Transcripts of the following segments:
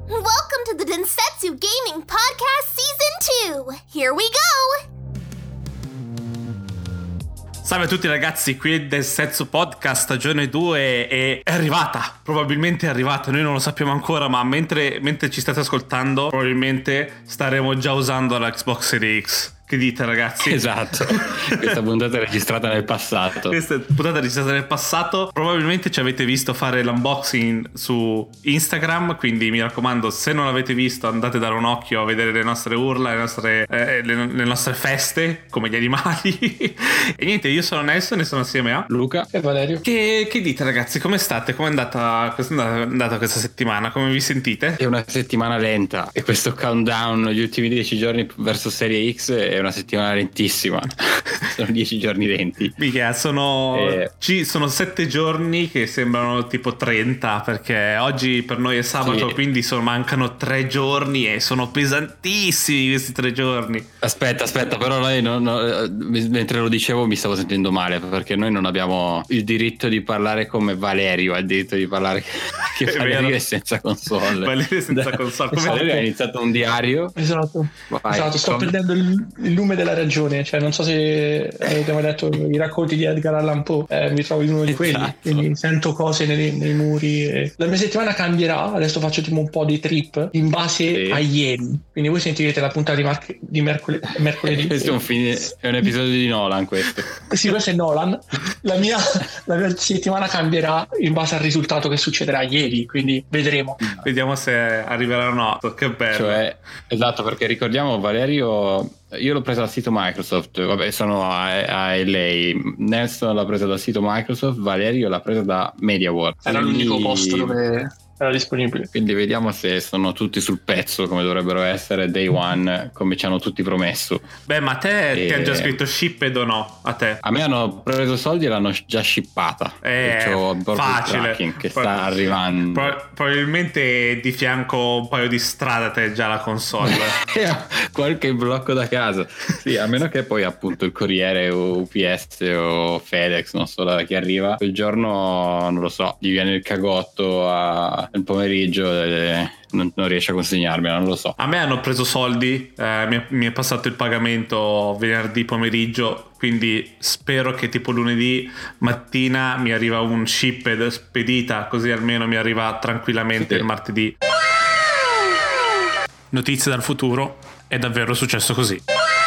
Welcome to the Densetsu Gaming Podcast Season 2! Here we go! Salve a tutti ragazzi, qui è Densetsu Podcast stagione 2 è arrivata, probabilmente è arrivata, noi non lo sappiamo ancora, ma mentre ci state ascoltando probabilmente staremo già usando la Xbox Series X. Che dite ragazzi? Esatto, questa puntata è registrata nel passato. Questa puntata è registrata nel passato. Probabilmente ci avete visto fare l'unboxing su Instagram, quindi mi raccomando, se non l'avete visto andate a dare un occhio a vedere le nostre urla, le nostre feste come gli animali. E niente, io sono Nelson e sono assieme a Luca e Valerio. Che dite ragazzi? Come state? Come è andata questa settimana? Come vi sentite? È una settimana lenta e questo countdown gli ultimi 10 giorni verso Serie X è una settimana lentissima. Sono 10 giorni lenti. Mica, sono 7 giorni che sembrano tipo 30, perché oggi per noi è sabato, sì. Quindi mancano 3 giorni e sono pesantissimi questi 3 giorni. Aspetta, però noi mentre lo dicevo mi stavo sentendo male, perché noi non abbiamo il diritto di parlare come Valerio ha il diritto di parlare che Valerio è senza console. Valerio è senza console. Come Valerio ha iniziato un diario. Esatto, sto perdendo il lume della ragione, cioè non so se avete mai letto i racconti di Edgar Allan Poe, mi trovo in uno di quelli, quindi sento cose nei muri la mia settimana cambierà, adesso faccio tipo un po' di trip in base a ieri, quindi voi sentirete la puntata di mercoledì. Questo è un episodio di Nolan, questo. Sì, questo è Nolan. La mia settimana cambierà in base al risultato che succederà ieri, quindi vediamo se arriverà o no. Che bello. Cioè, esatto, perché ricordiamo Valerio, io l'ho presa dal sito Microsoft, vabbè, sono a LA. Nelson l'ha presa dal sito Microsoft, Valerio l'ha presa da MediaWorld. Era l'unico posto dove era disponibile. Quindi vediamo se sono tutti sul pezzo come dovrebbero essere day one, come ci hanno tutti promesso. Beh, ma a te ti hanno già scritto shipped o no? A te? A me hanno preso soldi e l'hanno già shippata. Facile che sta arrivando. Probabilmente di fianco un paio di strade a te già la console. Qualche blocco da casa. Sì, a meno che poi appunto il corriere o UPS o FedEx, non so da chi arriva, quel giorno non lo so, gli viene il cagotto nel pomeriggio non riesce a consegnarmela, non lo so. A me hanno preso soldi, mi è passato il pagamento venerdì pomeriggio, quindi spero che tipo lunedì mattina mi arriva un shipped spedita, così almeno mi arriva tranquillamente il martedì. Notizie dal futuro, è davvero successo così.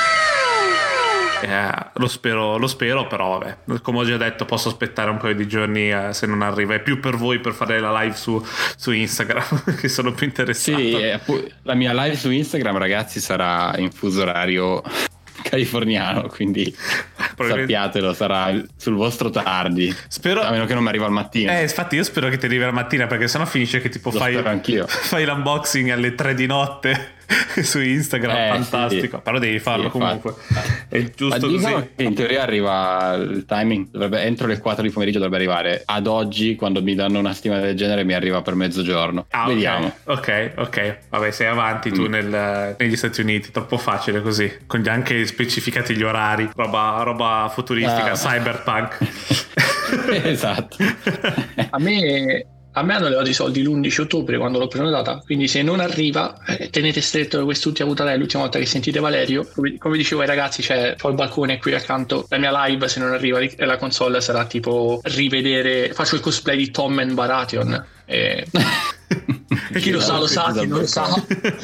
Lo spero, però vabbè, come ho già detto posso aspettare un paio di giorni se non arriva, è più per voi per fare la live su Instagram che sono più interessato. Sì, la mia live su Instagram ragazzi sarà in fuso orario californiano, quindi sappiatelo, sarà sul vostro tardi. Spero, a meno che non mi arriva al mattino. Infatti io spero che ti arrivi al mattino, perché sennò finisce che tipo fai l'unboxing alle 3 di notte su Instagram, fantastico. Sì. Però devi farlo comunque. È giusto così. Che in teoria arriva il timing, entro le 4 di pomeriggio dovrebbe arrivare. Ad oggi, quando mi danno una stima del genere, mi arriva per mezzogiorno. Vediamo. Ok. Vabbè, sei avanti tu negli Stati Uniti, troppo facile così, con anche specificati gli orari, roba futuristica, cyberpunk. Esatto. A me hanno levato i soldi l'11 ottobre quando l'ho prenotata, quindi se non arriva tenete stretto quest'ultima puntata, è l'ultima volta che sentite Valerio. Come dicevo ai ragazzi, c'ho il balcone qui accanto, la mia live se non arriva la console sarà tipo faccio il cosplay di Tom and Baratheon e chi lo sa lo sa, chi non lo sa.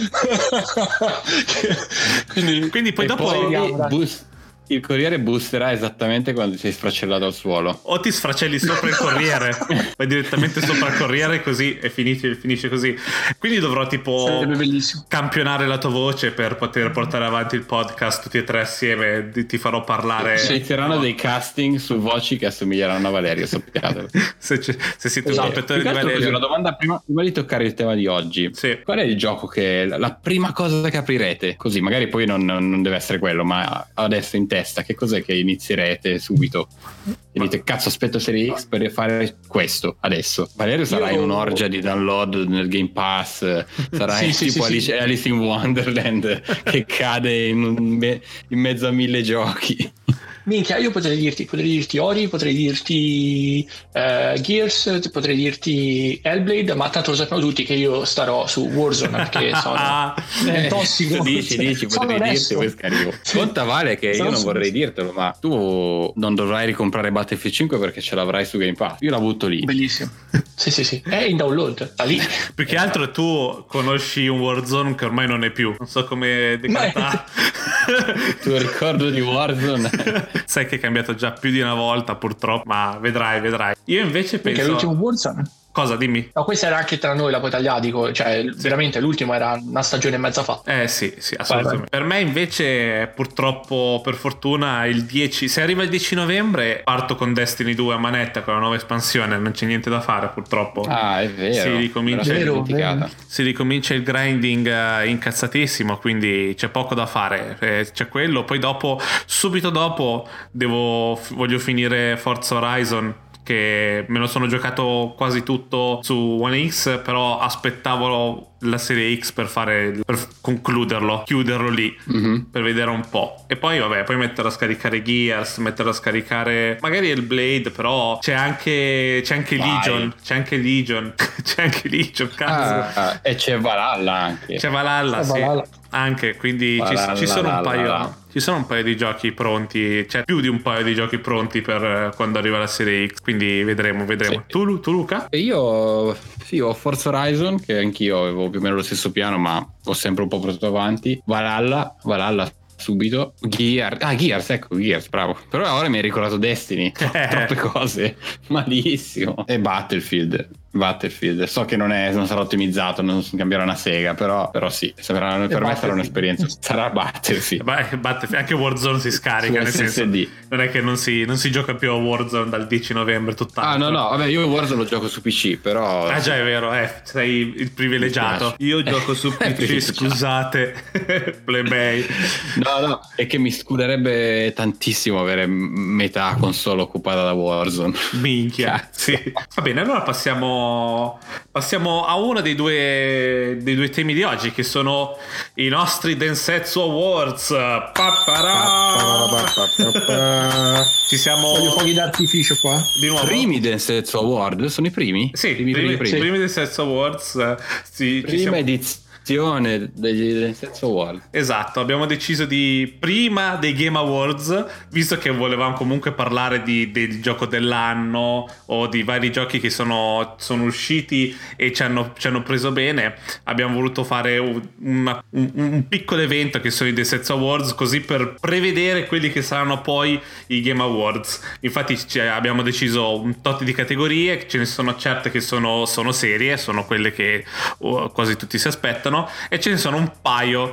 quindi poi dopo il corriere boosterà esattamente quando sei sfracellato al suolo. O ti sfracelli sopra il corriere, vai direttamente sopra il corriere così e finisce così. Quindi dovrò tipo campionare la tua voce per poter portare avanti il podcast tutti e tre assieme. Ti farò parlare. Inizieranno dei casting su voci che assomiglieranno a Valerio, sappiatelo. se siete un competitore di Valerio. Una domanda prima di toccare il tema di oggi. Sì. Qual è il gioco che la prima cosa che aprirete? Così magari poi non deve essere quello, ma adesso in testa che cos'è che inizierete subito? E dite cazzo, aspetto Serie X per fare questo adesso. Valerio sarà in un'orgia di download nel Game Pass, sarà Alice in Wonderland che cade in mezzo a 1000 giochi. Minchia, io potrei dirti Ori, potrei dirti Gears, potrei dirti Hellblade, ma tanto lo sappiamo tutti che io starò su Warzone perché sono tossico. Dici, potrei dirti, poi scarico. Conta Vale che io non vorrei dirtelo, ma tu non dovrai ricomprare Battlefield 5 perché ce l'avrai su Game Pass. Io la butto lì. Bellissimo. Sì. È in download, da lì. Più che altro tu conosci un Warzone che ormai non è più. Non so come decantare. Tu ricordo di Warzone. Sai che è cambiato già più di una volta purtroppo, ma vedrai. Io invece penso... Perché l'ultimo Warzone? Cosa, dimmi? No, questa era anche tra noi, la poi tagliati, cioè veramente l'ultimo era una stagione e mezza fa. Sì, assolutamente. Vai. Per me invece, purtroppo, per fortuna, il 10, se arriva il 10 novembre, parto con Destiny 2 a manetta con la nuova espansione, non c'è niente da fare purtroppo. Ah, è vero. Si ricomincia il grinding incazzatissimo, quindi c'è poco da fare. C'è quello, poi dopo, subito dopo, voglio finire Forza Horizon, che me lo sono giocato quasi tutto su One X, però aspettavo la serie X per concluderlo, chiuderlo lì, per vedere un po'. E poi poi metterlo a scaricare Gears, metterlo a scaricare magari il Blade, però c'è anche Legion, cazzo. E c'è Valhalla anche. C'è Valhalla, sì. Anche, quindi ci sono un paio di giochi pronti, c'è più di un paio di giochi pronti per quando arriva la serie X, quindi vedremo. Sì. Tu Luca? E io ho Forza Horizon, che anch'io avevo più o meno lo stesso piano, ma ho sempre un po' portato avanti. Valhalla subito. Gears, bravo. Però ora mi hai ricordato Destiny. Troppe cose. Malissimo. E Battlefield. So che non sarà ottimizzato, non cambierà una sega, però sì, per me sarà un'esperienza. Sarà Battlefield. Battlefield. Anche Warzone si scarica, nel senso, non è che non si gioca più a Warzone dal 10 novembre tutt'altro. No, vabbè, io Warzone lo gioco su PC, però già è vero, sei il privilegiato. Io gioco su PC, scusate. Plebei. No, è che mi scuderebbe tantissimo avere metà console occupata da Warzone. Minchia, sì. Va bene, allora passiamo a uno dei due temi di oggi, che sono i nostri Densetsu Awards. Ci siamo. Voglio fuochi d'artificio qua. Di nuovo. Primi Densetsu Award? Sono i primi? Sì, primi Densetsu Awards. Prima edizione degli Densetsu Award. Esatto, abbiamo deciso prima dei Game Awards, visto che volevamo comunque parlare del gioco dell'anno o di vari giochi che sono usciti e ci hanno preso bene, abbiamo voluto fare un piccolo evento che sono i Densetsu Awards, così per prevedere quelli che saranno poi i Game Awards. Infatti abbiamo deciso un tot di categorie, ce ne sono certe che sono serie, sono quelle che quasi tutti si aspettano, e ce ne sono un paio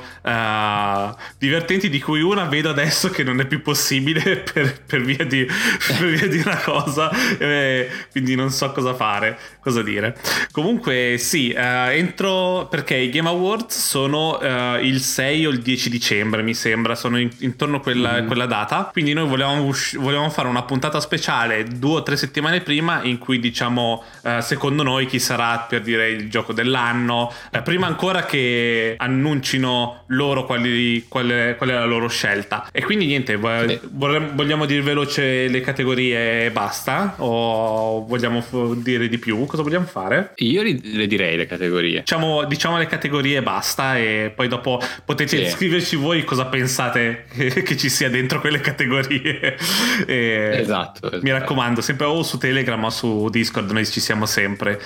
divertenti, di cui una vedo adesso che non è più possibile per via di una cosa, quindi non so cosa dire. Comunque sì, entro, perché i Game Awards sono il 6 o il 10 dicembre mi sembra, sono intorno a quella data, quindi noi volevamo fare una puntata speciale 2 o 3 settimane prima, in cui diciamo secondo noi chi sarà, per dire, il gioco dell'anno, prima ancora che annuncino loro qual è la loro scelta. E quindi niente, vogliamo dire veloce le categorie e basta, o vogliamo dire di più? Cosa vogliamo fare? Io le direi le categorie. Diciamo le categorie e basta, e poi dopo potete scriverci voi cosa pensate che ci sia dentro quelle categorie. Esatto. Mi raccomando, sempre o su Telegram o su Discord, noi ci siamo sempre.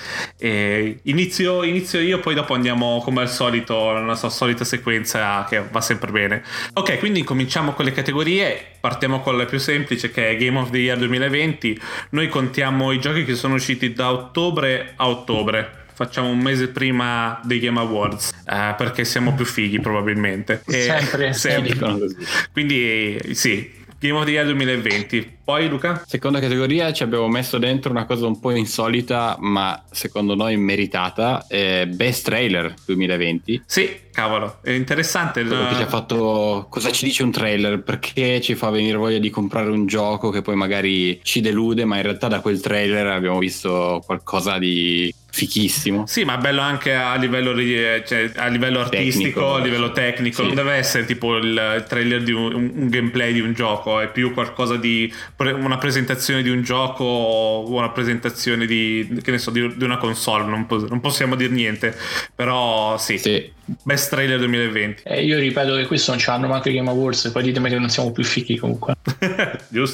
Inizio io, poi dopo andiamo come al solito la nostra solita sequenza che va sempre bene. Ok, quindi cominciamo con le categorie. Partiamo con la più semplice, che è Game of the Year 2020. Noi contiamo i giochi che sono usciti da ottobre a ottobre. Facciamo un mese prima dei Game Awards, perché siamo più fighi probabilmente. Sempre. Quindi sì, Game of the Year 2020. Poi Luca? Seconda categoria ci abbiamo messo dentro una cosa un po' insolita, ma secondo noi meritata, Best Trailer 2020. Sì, cavolo, è interessante. Quello che ci ha fatto, cosa ci dice un trailer, perché ci fa venire voglia di comprare un gioco che poi magari ci delude, ma in realtà da quel trailer abbiamo visto qualcosa di fichissimo. Sì, ma è bello anche a livello, cioè, a livello artistico, Tecnico, a livello tecnico. Sì. Non deve essere tipo il trailer di un gameplay di un gioco, è più qualcosa di una presentazione di un gioco o una presentazione di, che ne so, di una console. Non possiamo dire niente, però sì. Best Trailer 2020. Io ripeto che questo non ce l'hanno manco i Game Awards, poi ditemi che non siamo più fichi comunque. Giusto.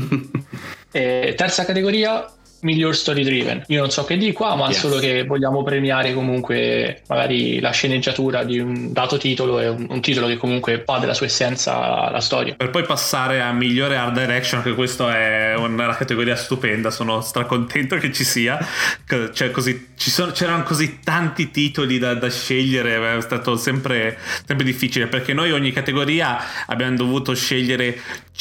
Terza categoria, miglior story driven. Io non so che di qua, ma solo che vogliamo premiare comunque magari la sceneggiatura di un dato titolo e un titolo che comunque fa della sua essenza la storia. Per poi passare a migliore art direction, che questa è una categoria stupenda, sono stracontento che ci sia. Cioè, c'erano così tanti titoli da scegliere, è stato sempre difficile, perché noi ogni categoria abbiamo dovuto scegliere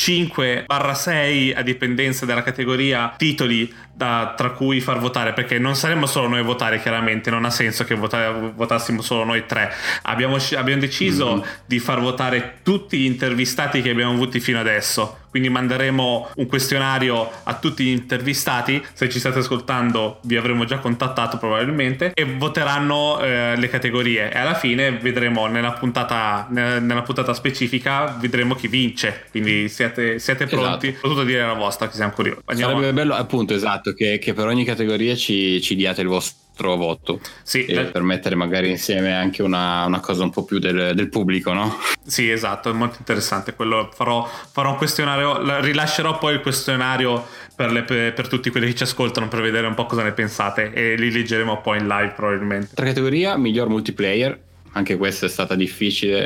5-6 a dipendenza della categoria titoli tra cui far votare, perché non saremmo solo noi a votare, chiaramente non ha senso che votassimo solo noi tre. Abbiamo deciso di far votare tutti gli intervistati che abbiamo avuti fino adesso, quindi manderemo un questionario a tutti gli intervistati, se ci state ascoltando vi avremo già contattato probabilmente, e voteranno le categorie, e alla fine vedremo nella puntata specifica, vedremo chi vince, quindi siate pronti. Esatto. Potuto dire la vostra, che siamo curiosi. Sarebbe bello, appunto, esatto, che per ogni categoria ci diate il vostro voto, sì, per mettere magari insieme anche una cosa un po' più del pubblico, no? Sì, esatto, è molto interessante quello. Farò un questionario, rilascerò poi il questionario per tutti quelli che ci ascoltano, per vedere un po' cosa ne pensate, e li leggeremo poi in live probabilmente. Altra categoria, miglior multiplayer. Anche questa è stata difficile,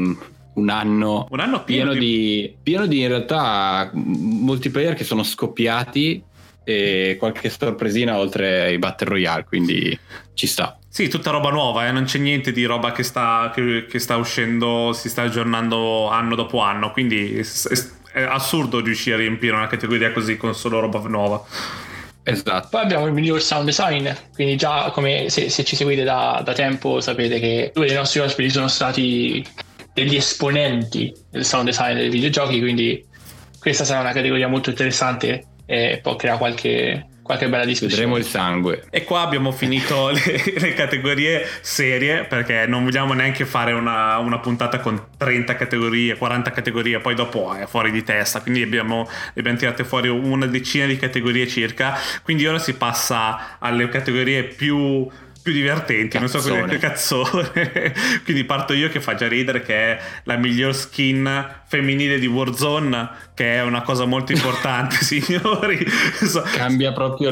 un anno pieno di in realtà multiplayer che sono scoppiati, e qualche sorpresina oltre ai Battle Royale, quindi ci sta. Sì, tutta roba nuova, non c'è niente di roba che sta uscendo, si sta aggiornando anno dopo anno, quindi è assurdo riuscire a riempire una categoria così con solo roba nuova. Esatto. Poi abbiamo il miglior sound design, quindi già come se ci seguite da tempo sapete che due dei nostri ospiti sono stati degli esponenti del sound design dei videogiochi, quindi questa sarà una categoria molto interessante e può creare qualche bella discussione. Vedremo il sangue. E qua abbiamo finito le categorie serie, perché non vogliamo neanche fare una puntata con 30 categorie, 40 categorie, poi dopo è fuori di testa, quindi abbiamo tirate fuori una decina di categorie circa, quindi ora si passa alle categorie più divertenti, Cazzone. Non so come cazzone. Quindi parto io, che fa già ridere, che è la miglior skin femminile di Warzone, che è una cosa molto importante, signori. Cambia proprio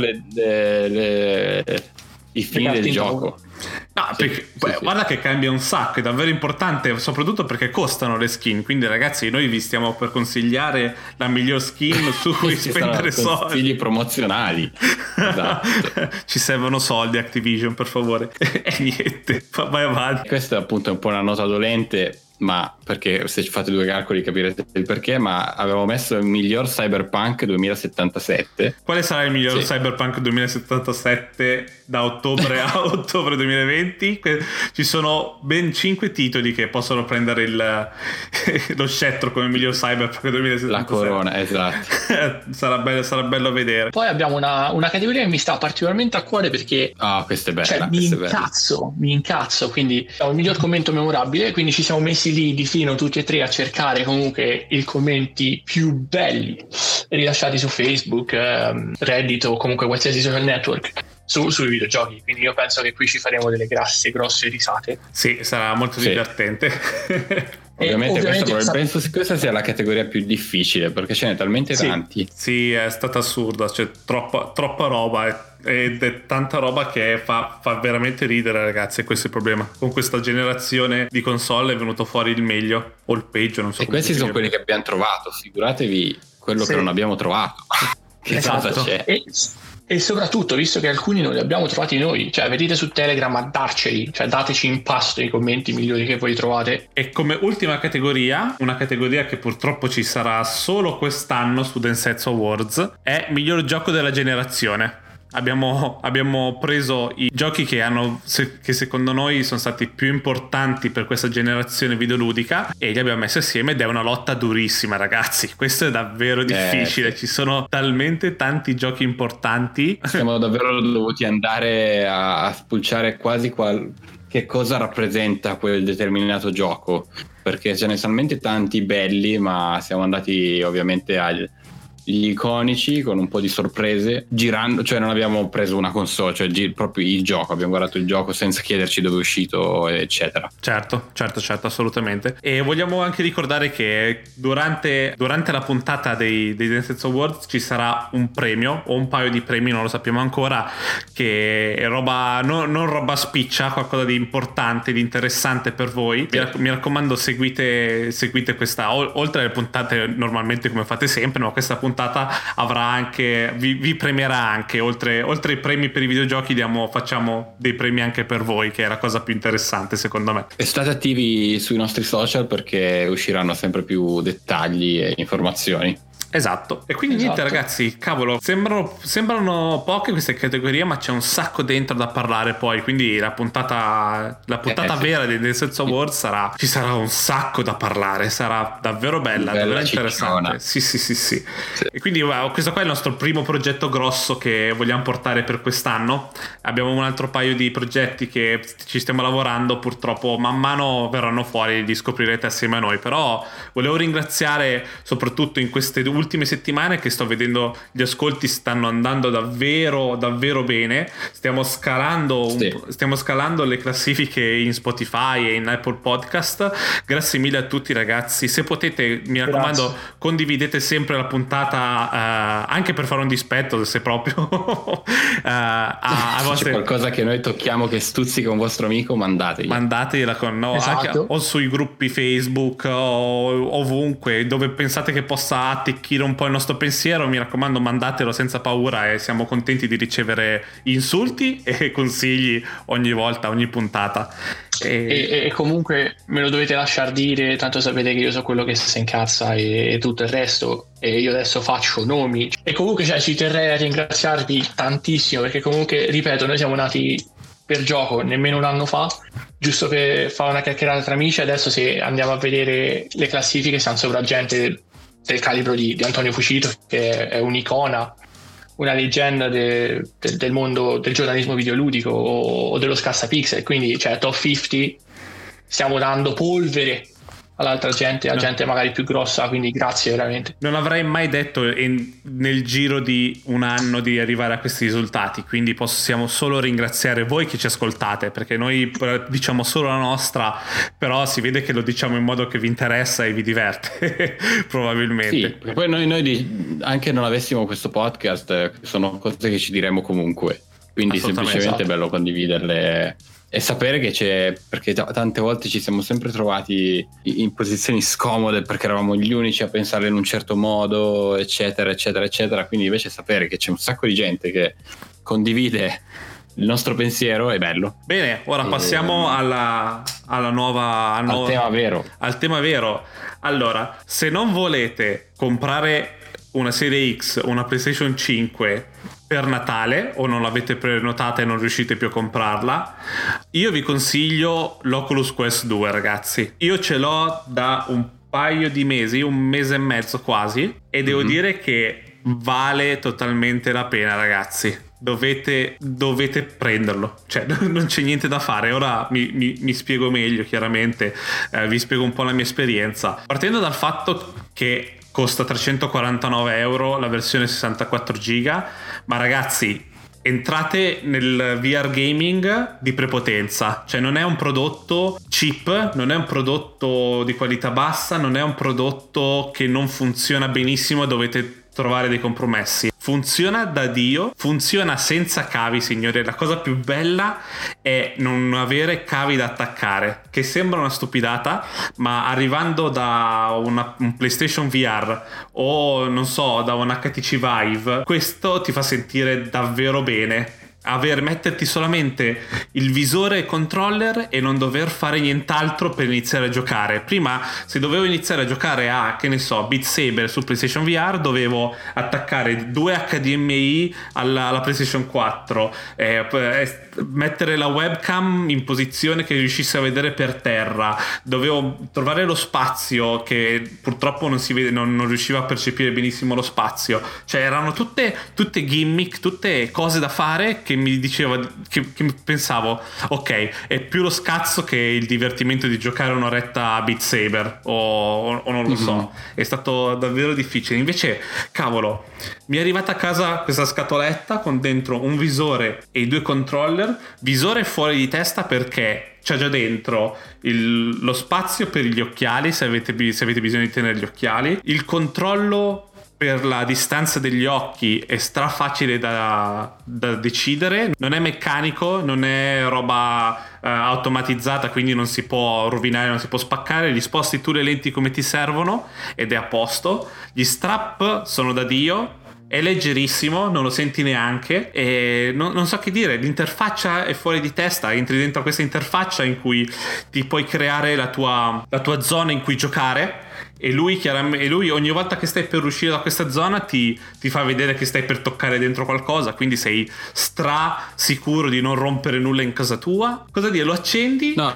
i fini del gioco. No, perché, guarda che cambia un sacco, è davvero importante, soprattutto perché costano le skin, quindi ragazzi noi vi stiamo per consigliare la miglior skin su cui spendere soldi. Consigli promozionali. Esatto. Ci servono soldi, Activision, per favore. E niente, vai avanti. Questa appunto è un po' una nota dolente, ma perché se ci fate due calcoli capirete il perché, ma avevo messo il miglior Cyberpunk 2077. Quale sarà il miglior Cyberpunk 2077 da ottobre a ottobre 2020? Ci sono ben 5 titoli che possono prendere lo scettro come miglior Cyberpunk 2077. La corona, esatto. sarà bello vedere. Poi abbiamo una categoria che mi sta particolarmente a cuore, perché questa è bella, cioè, mi incazzo, quindi è il miglior commento memorabile, quindi ci siamo messi lì di fino tutti e tre a cercare comunque i commenti più belli rilasciati su Facebook, Reddit o comunque qualsiasi social network sui videogiochi, quindi io penso che qui ci faremo delle grosse risate. Sì, sarà molto divertente. Ovviamente penso che questa sia la categoria più difficile, perché ce n'è talmente tanti. Sì, è stata assurda, c'è troppa roba ed è tanta roba che fa veramente ridere, ragazzi, e questo è il problema. Con questa generazione di console è venuto fuori il meglio o il peggio, non so. E questi sono quelli che abbiamo trovato, figuratevi quello che non abbiamo trovato. Che esatto. cosa c'è? E soprattutto, visto che alcuni non li abbiamo trovati noi, cioè venite su Telegram a darceli, cioè dateci in pasto i commenti migliori che voi trovate. E come ultima categoria, una categoria che purtroppo ci sarà solo quest'anno su Densetsu Awards, è miglior gioco della generazione. Abbiamo preso i giochi che secondo noi sono stati più importanti per questa generazione videoludica e li abbiamo messi assieme ed è una lotta durissima, ragazzi. Questo è davvero difficile, ci sono talmente tanti giochi importanti. Siamo davvero dovuti andare a spulciare quasi che cosa rappresenta quel determinato gioco, perché ce ne sono talmente tanti belli, ma siamo andati ovviamente gli iconici con un po' di sorprese, girando, cioè non abbiamo preso una console, cioè proprio il gioco, abbiamo guardato il gioco senza chiederci dove è uscito, eccetera. Certo, assolutamente. E vogliamo anche ricordare che durante la puntata dei Densetsu Awards ci sarà un premio o un paio di premi, non lo sappiamo ancora, che è roba non roba spiccia, qualcosa di importante, di interessante per voi. Mi raccomando, seguite questa, oltre alle puntate normalmente come fate sempre, ma questa puntata avrà anche, vi premierà anche, oltre ai premi per i videogiochi facciamo dei premi anche per voi, che è la cosa più interessante secondo me. E state attivi sui nostri social perché usciranno sempre più dettagli e informazioni. Esatto. E quindi niente, ragazzi, cavolo, sembrano poche queste categorie, ma c'è un sacco dentro da parlare poi, quindi la puntata vera dei Densetsu Awards ci sarà un sacco da parlare, sarà davvero bella davvero interessante. Sì. E quindi questo qua è il nostro primo progetto grosso che vogliamo portare per quest'anno. Abbiamo un altro paio di progetti che ci stiamo lavorando, purtroppo man mano verranno fuori, li scoprirete assieme a noi, però volevo ringraziare soprattutto in queste ultime settimane che sto vedendo gli ascolti stanno andando davvero bene. Stiamo scalando le classifiche in Spotify e in Apple Podcast. Grazie mille a tutti, ragazzi. Se potete, mi raccomando, condividete sempre la puntata, anche per fare un dispetto, se proprio c'è qualcosa che noi tocchiamo che stuzzica un vostro amico, mandategliela anche, o sui gruppi Facebook o ovunque dove pensate che possa attecchire un po' il nostro pensiero. Mi raccomando, mandatelo senza paura e siamo contenti di ricevere insulti e consigli ogni volta, ogni puntata. E comunque me lo dovete lasciar dire, tanto sapete che io so quello che si incazza e tutto il resto, e io adesso faccio nomi e comunque ci terrei a ringraziarvi tantissimo, perché comunque, ripeto, noi siamo nati per gioco nemmeno un anno fa, giusto per fare una chiacchierata tra amici. Adesso se andiamo a vedere le classifiche siamo sopra gente del calibro di Antonio Fucito, che è un'icona, una leggenda del mondo del giornalismo videoludico o dello scassapixel, quindi top 50 stiamo dando polvere all'altra gente, a gente magari più grossa, quindi grazie veramente. Non avrei mai detto nel giro di un anno di arrivare a questi risultati, quindi possiamo solo ringraziare voi che ci ascoltate, perché noi diciamo solo la nostra, però si vede che lo diciamo in modo che vi interessa e vi diverte probabilmente. Sì, perché poi noi anche non avessimo questo podcast, sono cose che ci diremo comunque, quindi semplicemente è bello condividerle e sapere che c'è, perché tante volte ci siamo sempre trovati in posizioni scomode perché eravamo gli unici a pensare in un certo modo, eccetera, quindi invece sapere che c'è un sacco di gente che condivide il nostro pensiero è bello. Bene, ora passiamo al tema vero. Allora, se non volete comprare una Serie X, una PlayStation 5 per Natale, o non l'avete prenotata e non riuscite più a comprarla, io vi consiglio l'Oculus Quest 2, ragazzi. Io ce l'ho da un paio di mesi, un mese e mezzo quasi, e devo dire che vale totalmente la pena, ragazzi. Dovete prenderlo, cioè non c'è niente da fare. Ora mi spiego meglio, chiaramente vi spiego un po' la mia esperienza, partendo dal fatto che costa 349 euro la versione 64 giga, ma ragazzi, entrate nel VR gaming di prepotenza, cioè non è un prodotto cheap, non è un prodotto di qualità bassa, non è un prodotto che non funziona benissimo, dovete trovare dei compromessi. Funziona da Dio, funziona senza cavi, signori. La cosa più bella è non avere cavi da attaccare, che sembra una stupidata, ma arrivando da un PlayStation VR o non so, da un HTC Vive, questo ti fa sentire davvero bene. Metterti solamente il visore e controller e non dover fare nient'altro per iniziare a giocare. Prima, se dovevo iniziare a giocare a, che ne so, Beat Saber su PlayStation VR, dovevo attaccare 2 HDMI alla PlayStation 4, mettere la webcam in posizione che riuscisse a vedere per terra, dovevo trovare lo spazio, che purtroppo non si vede, non riusciva a percepire benissimo lo spazio. Cioè erano tutte gimmick, tutte cose da fare che mi diceva, che pensavo, ok, è più lo scazzo che il divertimento di giocare un'oretta a Beat Saber o non lo so. È stato davvero difficile. Invece, cavolo, mi è arrivata a casa questa scatoletta con dentro un visore e i 2 controller. Visore fuori di testa perché c'è già dentro lo spazio per gli occhiali, se avete bisogno di tenere gli occhiali, il controllo per la distanza degli occhi è stra facile da decidere, non è meccanico, non è roba automatizzata, quindi non si può rovinare, non si può spaccare, gli sposti tu le lenti come ti servono ed è a posto. Gli strap sono da Dio, è leggerissimo, non lo senti neanche e non so che dire. L'interfaccia è fuori di testa, entri dentro a questa interfaccia in cui ti puoi creare la tua zona in cui giocare e lui ogni volta che stai per uscire da questa zona ti fa vedere che stai per toccare dentro qualcosa, quindi sei stra sicuro di non rompere nulla in casa tua. Cosa dire? Lo accendi? No,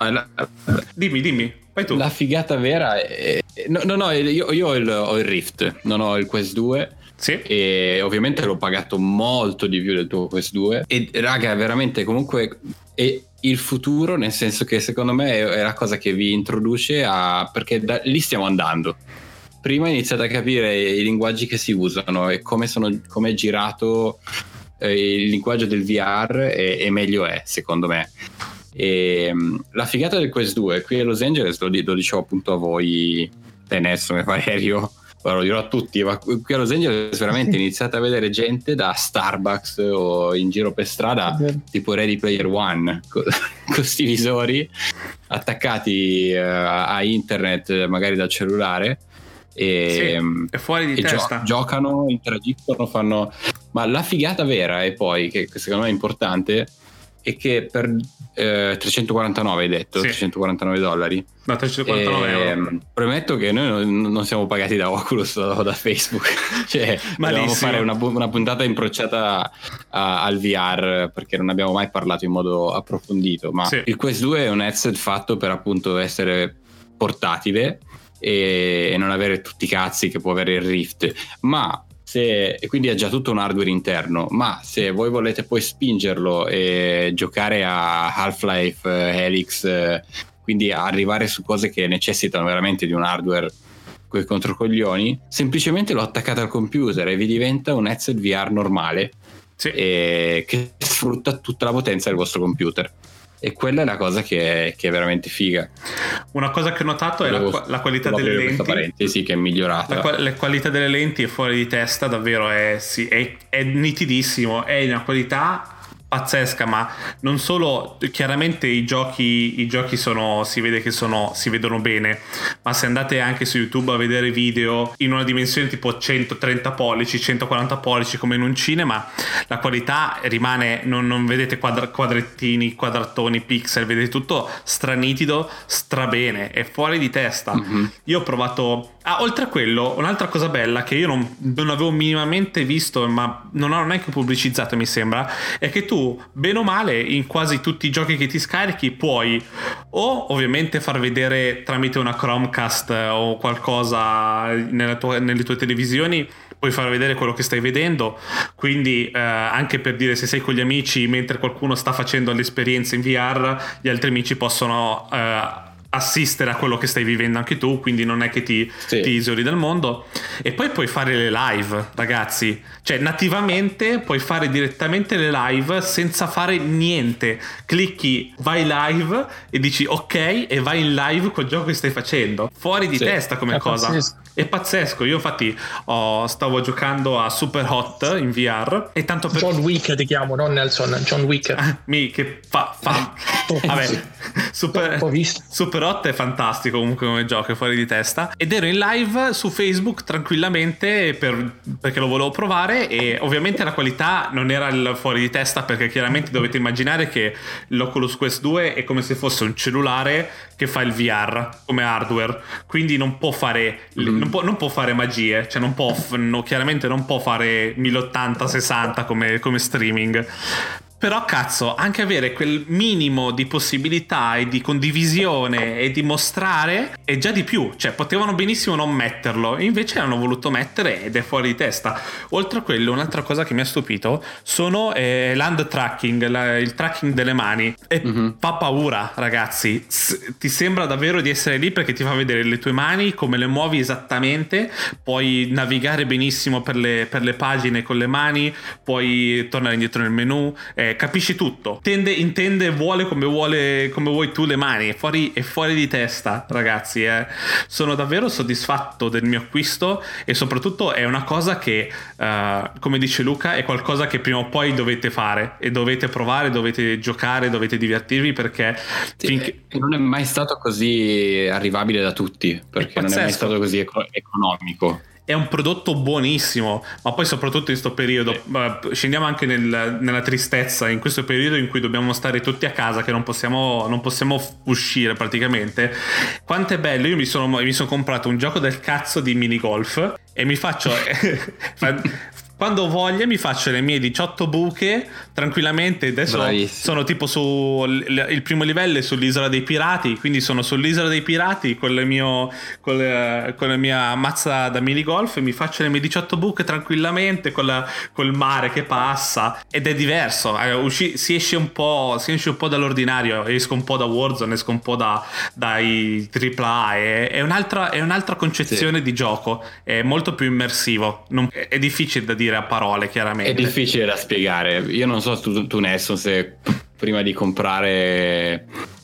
dimmi, vai tu. La figata vera è... No, io ho il Rift, non ho il Quest 2. Sì. E ovviamente l'ho pagato molto di più del tuo Quest 2 e raga, veramente comunque è il futuro, nel senso che secondo me è la cosa che vi introduce perché lì stiamo andando. Prima iniziate a capire i linguaggi che si usano e come è girato il linguaggio del VR e meglio è, secondo me. E la figata del Quest 2 qui a Los Angeles, lo dicevo appunto a voi, Nelson e Valerio, lo dirò a tutti, ma qui a Los Angeles veramente iniziate a vedere gente da Starbucks o in giro per strada tipo Ready Player One con questi visori attaccati a internet magari dal cellulare e, sì, è fuori di testa. Giocano, interagiscono, fanno. Ma la figata vera è poi, che secondo me è importante, è che per 349 hai detto, sì. $349. No, 349 euro. Premetto che noi non siamo pagati da Oculus o da Facebook. Cioè, volevamo fare una puntata improcciata al VR perché non abbiamo mai parlato in modo approfondito. Ma sì, il Quest 2 è un headset fatto per appunto essere portatile e non avere tutti i cazzi che può avere il Rift. E quindi ha già tutto un hardware interno, ma se voi volete poi spingerlo e giocare a Half-Life Helix, quindi arrivare su cose che necessitano veramente di un hardware coi controcoglioni, semplicemente lo attaccate al computer e vi diventa un headset VR normale, sì, che sfrutta tutta la potenza del vostro computer. E quella è la cosa che è veramente figa. Una cosa che ho notato è la qualità delle lenti. Parentesi che è migliorata. La qualità delle lenti è fuori di testa, davvero è nitidissimo, è una qualità pazzesca, ma non solo. Chiaramente i giochi si vede che si vedono bene, ma se andate anche su YouTube a vedere video in una dimensione tipo 130 pollici 140 pollici come in un cinema, la qualità rimane, non vedete quadrettini, quadratoni, pixel, vedete tutto stranitido, strabene, è fuori di testa. Io ho provato oltre a quello, un'altra cosa bella che io non avevo minimamente visto, ma non ho neanche pubblicizzato, mi sembra, è che tu bene o male in quasi tutti i giochi che ti scarichi puoi o ovviamente far vedere tramite una Chromecast o qualcosa nelle tue televisioni, puoi far vedere quello che stai vedendo, quindi anche per dire, se sei con gli amici mentre qualcuno sta facendo l'esperienza in VR, gli altri amici possono assistere a quello che stai vivendo anche tu, quindi non è che ti isoli dal mondo. E poi puoi fare le live, ragazzi, cioè nativamente puoi fare direttamente le live senza fare niente, clicchi vai live e dici ok e vai in live col gioco che stai facendo. Fuori di testa come cosa, è pazzesco. Io infatti stavo giocando a Super Hot in VR e tanto per John Wick ti chiamo, non Nelson, John Wick. che fa vabbè, Super Hot è fantastico comunque come gioco, è fuori di testa. Ed ero in live su Facebook tranquillamente perché lo volevo provare, e ovviamente la qualità non era il fuori di testa, perché chiaramente dovete immaginare che l'Oculus Quest 2 è come se fosse un cellulare che fa il VR come hardware, quindi non può fare non può fare magie, cioè chiaramente non può fare 1080-60 come streaming. Però cazzo, anche avere quel minimo di possibilità e di condivisione e di mostrare è già di più. Cioè potevano benissimo non metterlo, e invece l'hanno voluto mettere ed è fuori di testa. Oltre a quello, un'altra cosa che mi ha stupito sono l'hand tracking, il tracking delle mani. E fa paura, ragazzi. Ti sembra davvero di essere lì, perché ti fa vedere le tue mani, come le muovi esattamente. Puoi navigare benissimo per le pagine con le mani, puoi tornare indietro nel menu, capisci tutto, intende, vuole come vuoi tu le mani. È fuori di testa, ragazzi. Sono davvero soddisfatto del mio acquisto, e soprattutto è una cosa che come dice Luca, è qualcosa che prima o poi dovete fare e dovete provare, dovete giocare, dovete divertirvi, perché non è mai stato così arrivabile da tutti, perché non è mai stato così economico. È un prodotto buonissimo, ma poi soprattutto in questo periodo scendiamo anche nella tristezza, in questo periodo in cui dobbiamo stare tutti a casa, che non possiamo uscire praticamente. Quanto è bello. Io mi sono comprato un gioco del cazzo di minigolf e mi faccio quando voglia mi faccio le mie 18 buche tranquillamente. Adesso sono tipo il primo livello è sull'isola dei pirati, quindi sono sull'isola dei pirati con la mia mazza da minigolf, e mi faccio le mie 18 buche tranquillamente col mare che passa, ed è diverso. Si esce un po' dall'ordinario, esco un po' da Warzone, esco un po' dai AAA. È un'altra concezione di gioco, è molto più immersivo. È difficile da dire a parole, chiaramente. È difficile da spiegare. Io non so tu Nelson, se prima di comprare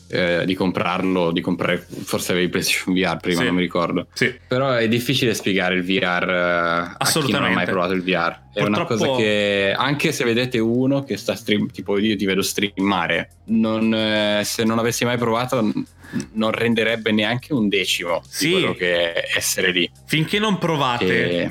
forse avevi PlayStation VR prima, non mi ricordo. Sì. Però è difficile spiegare il VR a chi non ha mai provato il VR. È una cosa che, anche se vedete uno che sta tipo io ti vedo streamare, se non avessi mai provato non renderebbe neanche un decimo di quello che è essere lì. Finché non provate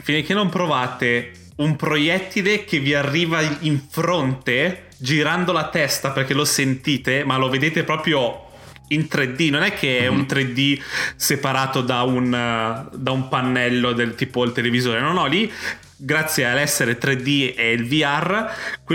un proiettile che vi arriva in fronte girando la testa, perché lo sentite, ma lo vedete proprio in 3D, non è che è un 3D separato da un pannello del tipo il televisore, no, lì grazie all'essere 3D e il VR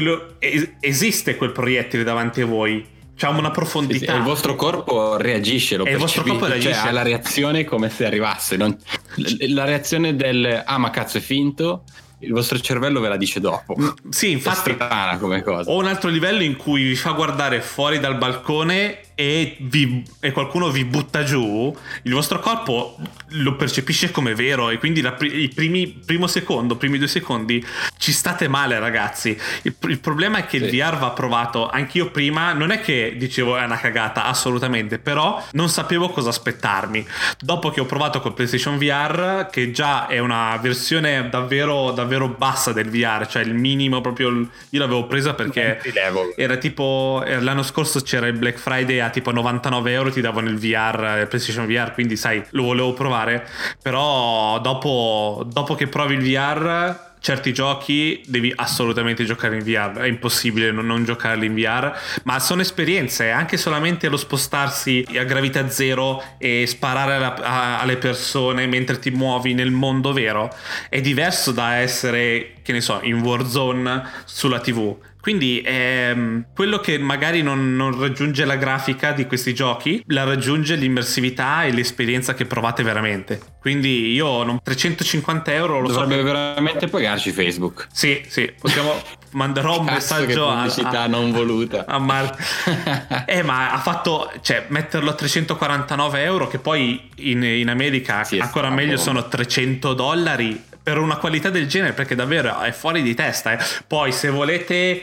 esiste quel proiettile davanti a voi. C'ha una profondità. Il vostro corpo reagisce, lo percepisce, cioè ha la reazione come se arrivasse. La reazione ma cazzo è finto. Il vostro cervello ve la dice dopo. Sì, infatti. È strana come cosa. O un altro livello in cui vi fa guardare fuori dal balcone e qualcuno vi butta giù, il vostro corpo lo percepisce come vero, e quindi i primi 2 secondi ci state male, ragazzi. Il problema è che il VR va provato. Anch'io prima non è che dicevo è una cagata, assolutamente, però non sapevo cosa aspettarmi. Dopo che ho provato col PlayStation VR, che già è una versione davvero davvero bassa del VR, cioè il minimo proprio, io l'avevo presa perché era tipo l'anno scorso c'era il Black Friday a tipo 99 euro, ti davano il VR, il PlayStation VR, quindi sai, lo volevo provare. Però dopo che provi il VR, certi giochi devi assolutamente giocare in VR, è impossibile non giocarli in VR. Ma sono esperienze, anche solamente lo spostarsi a gravità zero e sparare alle persone mentre ti muovi nel mondo vero è diverso da essere, che ne so, in Warzone sulla TV. Quindi quello che magari non raggiunge la grafica di questi giochi, la raggiunge l'immersività e l'esperienza che provate veramente. Quindi io 350 euro lo dovrebbe veramente pagarci Facebook. Sì, manderò un messaggio pubblicità non voluta a Mark. Ma ha fatto, cioè, metterlo a 349 euro, che poi in America sì, ancora meglio sono $300 per una qualità del genere, perché davvero è fuori di testa. Poi se volete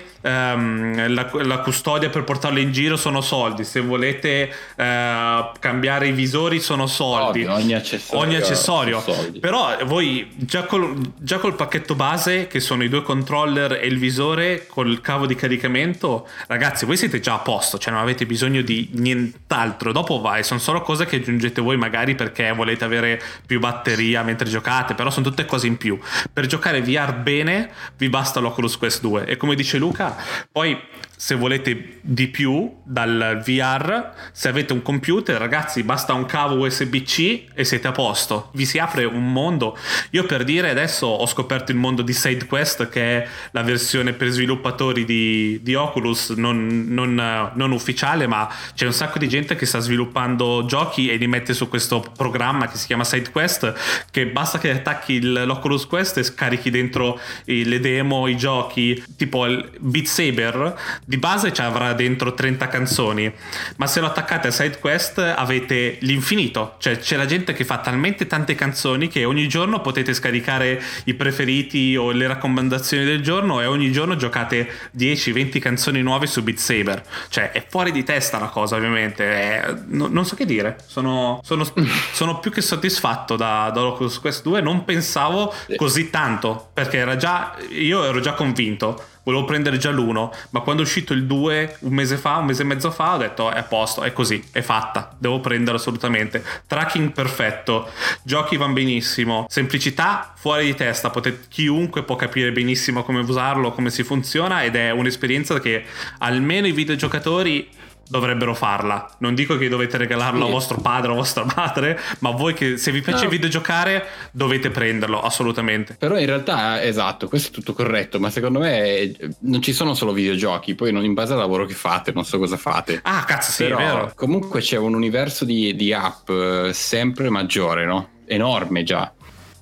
la custodia per portarlo in giro sono soldi, se volete cambiare i visori sono soldi. Ogni accessorio soldi. Però voi già col pacchetto base, che sono i 2 controller e il visore col cavo di caricamento, ragazzi, voi siete già a posto, cioè non avete bisogno di nient'altro. Dopo sono solo cose che aggiungete voi, magari perché volete avere più batteria mentre giocate, però sono tutte cose in più. Per giocare VR bene vi basta l'Oculus Quest 2, e come dice Luca, poi se volete di più dal VR, se avete un computer, ragazzi, basta un cavo USB-C e siete a posto, vi si apre un mondo. Io, per dire, adesso ho scoperto il mondo di SideQuest, che è la versione per sviluppatori di Oculus, non ufficiale, ma c'è un sacco di gente che sta sviluppando giochi e li mette su questo programma che si chiama SideQuest, che basta che attacchi l'Oculus Quest e scarichi dentro le demo, i giochi, tipo il Beat Saber di base avrà dentro 30 canzoni, ma se lo attaccate a SideQuest avete l'infinito, cioè c'è la gente che fa talmente tante canzoni che ogni giorno potete scaricare i preferiti o le raccomandazioni del giorno, e ogni giorno giocate 10-20 canzoni nuove su Beat Saber. Cioè è fuori di testa la cosa, ovviamente. Non so che dire, sono più che soddisfatto da Oculus Quest 2. Non pensavo così tanto, perché io ero già convinto, volevo prendere già l'1, ma quando è uscito il 2 un mese e mezzo fa, ho detto è a posto, è così, è fatta, devo prenderlo assolutamente. Tracking perfetto, giochi van benissimo, semplicità fuori di testa, chiunque può capire benissimo come usarlo, come si funziona, ed è un'esperienza che almeno i videogiocatori dovrebbero farla. Non dico che dovete regalarlo a vostro padre o a vostra madre, ma voi che, se vi piace videogiocare, dovete prenderlo assolutamente. Però in realtà, esatto, questo è tutto corretto, ma secondo me non ci sono solo videogiochi, poi in base al lavoro che fate, non so cosa fate. Ah, cazzo, sì, però, è vero. Comunque c'è un universo di app sempre maggiore, no? Enorme già.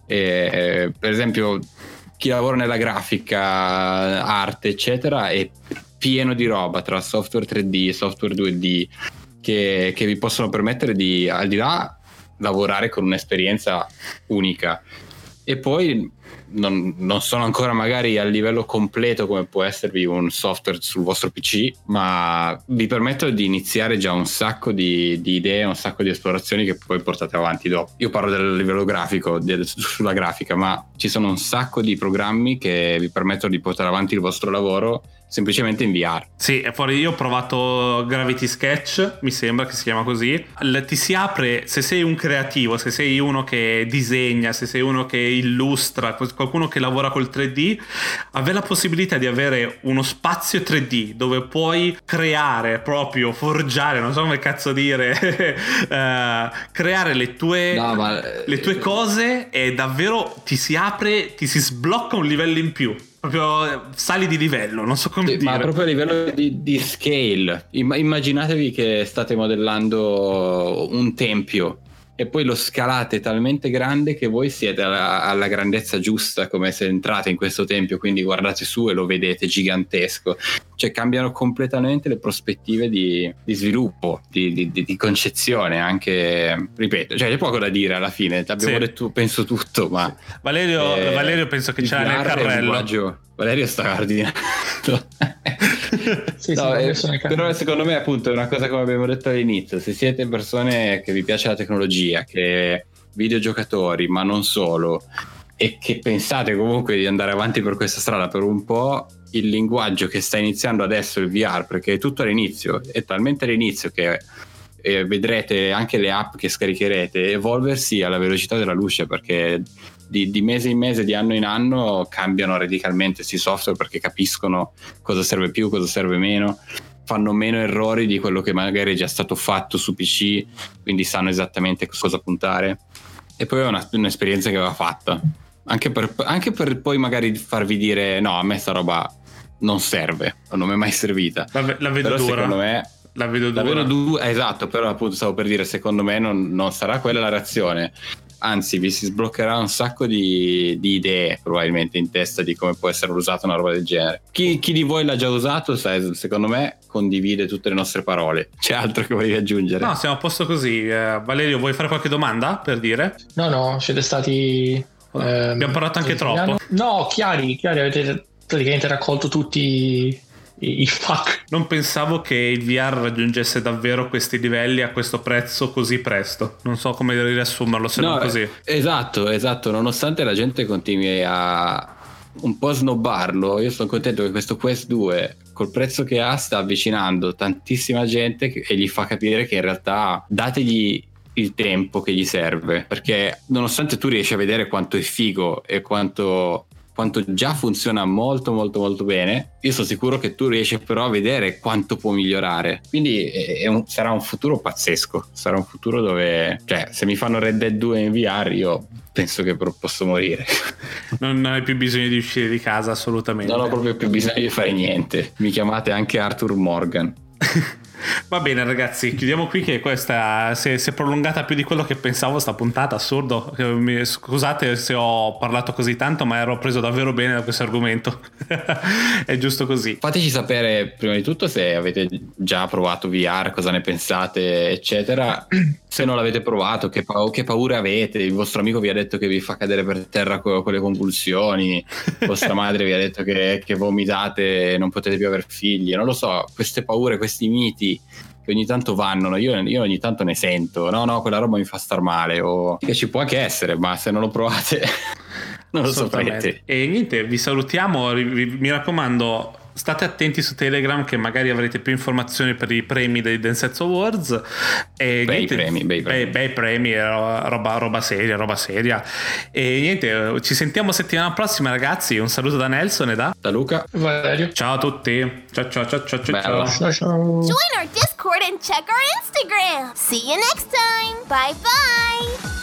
Per esempio, chi lavora nella grafica, arte, eccetera, è pieno di roba tra software 3D e software 2D che vi possono permettere di, al di là, lavorare con un'esperienza unica. E poi non sono ancora magari al livello completo come può esservi un software sul vostro PC, ma vi permettono di iniziare già un sacco di idee, un sacco di esplorazioni che poi portate avanti dopo. Io parlo del livello grafico, sulla grafica, ma ci sono un sacco di programmi che vi permettono di portare avanti il vostro lavoro semplicemente in VR. Sì, è fuori. Io ho provato Gravity Sketch, mi sembra che si chiama così. Ti si apre, se sei un creativo, se sei uno che disegna, se sei uno che illustra, qualcuno che lavora col 3D, avere la possibilità di avere uno spazio 3D dove puoi creare, proprio forgiare, non so come cazzo dire, creare le tue cose, e davvero ti si apre, ti si sblocca un livello in più. Proprio sali di livello, non so come dire. Ma proprio a livello di scale. Immaginatevi che state modellando un tempio e poi lo scalate talmente grande che voi siete alla grandezza giusta, come se entrate in questo tempio, quindi guardate su e lo vedete gigantesco. Cioè cambiano completamente le prospettive di sviluppo, di concezione anche, ripeto, cioè c'è poco da dire alla fine, abbiamo detto penso tutto, ma Valerio penso che c'è nel carrello. Valerio sta ordinando. Però secondo me appunto è una cosa, come abbiamo detto all'inizio, se siete persone che vi piace la tecnologia, che videogiocatori ma non solo, e che pensate comunque di andare avanti per questa strada per un po', il linguaggio che sta iniziando adesso il VR, perché è tutto all'inizio, è talmente all'inizio che vedrete anche le app che scaricherete evolversi alla velocità della luce, perché di mese in mese, di anno in anno cambiano radicalmente questi software, perché capiscono cosa serve più, cosa serve meno, fanno meno errori di quello che magari è già stato fatto su PC, quindi sanno esattamente cosa puntare, e poi è un'esperienza che va fatta anche per poi magari farvi dire no, a me sta roba non serve o non mi è mai servita. La vedo però dura. Secondo me la vedo dura, esatto, però appunto stavo per dire, secondo me non sarà quella la reazione. anzi vi si sbloccherà un sacco di idee probabilmente in testa di come può essere usata una roba del genere. Chi di voi l'ha già usato, secondo me condivide tutte le nostre parole. C'è altro che volevi aggiungere? No, siamo a posto così. Valerio, vuoi fare qualche domanda per dire? No, siete stati... abbiamo parlato anche troppo. No, chiari, avete praticamente raccolto tutti i fuck. Non pensavo che il VR raggiungesse davvero questi livelli a questo prezzo così presto. Non so come riassumerlo se non così. Esatto, nonostante la gente continui a un po' snobbarlo, io sono contento che questo Quest 2 col prezzo che ha sta avvicinando tantissima gente e gli fa capire che in realtà dategli il tempo che gli serve, perché nonostante tu riesci a vedere quanto è figo e quanto già funziona molto molto molto bene, io sono sicuro che tu riesci però a vedere quanto può migliorare, quindi sarà un futuro pazzesco, sarà un futuro dove, cioè, se mi fanno Red Dead 2 in VR io penso che posso morire. Non hai più bisogno di uscire di casa, assolutamente. Non ho proprio più bisogno di fare niente, mi chiamate anche Arthur Morgan. Va bene ragazzi, chiudiamo qui che questa si è prolungata più di quello che pensavo sta puntata, assurdo. Scusate se ho parlato così tanto, ma ero preso davvero bene da questo argomento. È giusto così. Fateci sapere prima di tutto se avete già provato VR, cosa ne pensate eccetera. Se non l'avete provato, che paure avete, il vostro amico vi ha detto che vi fa cadere per terra con le convulsioni, vostra madre vi ha detto che vomitate e non potete più avere figli, non lo so, queste paure, questi miti che ogni tanto vanno, io ogni tanto ne sento, no quella roba mi fa star male, o che ci può anche essere, ma se non lo provate non lo saprete. E niente, vi salutiamo, mi raccomando, state attenti su Telegram che magari avrete più informazioni per i premi dei Dance Awards. E bei premi, roba seria. E niente, ci sentiamo settimana prossima ragazzi, un saluto da Nelson e da Luca, Valerio. Ciao a tutti. Ciao. Join our Discord and check our Instagram. See you next time. Bye bye.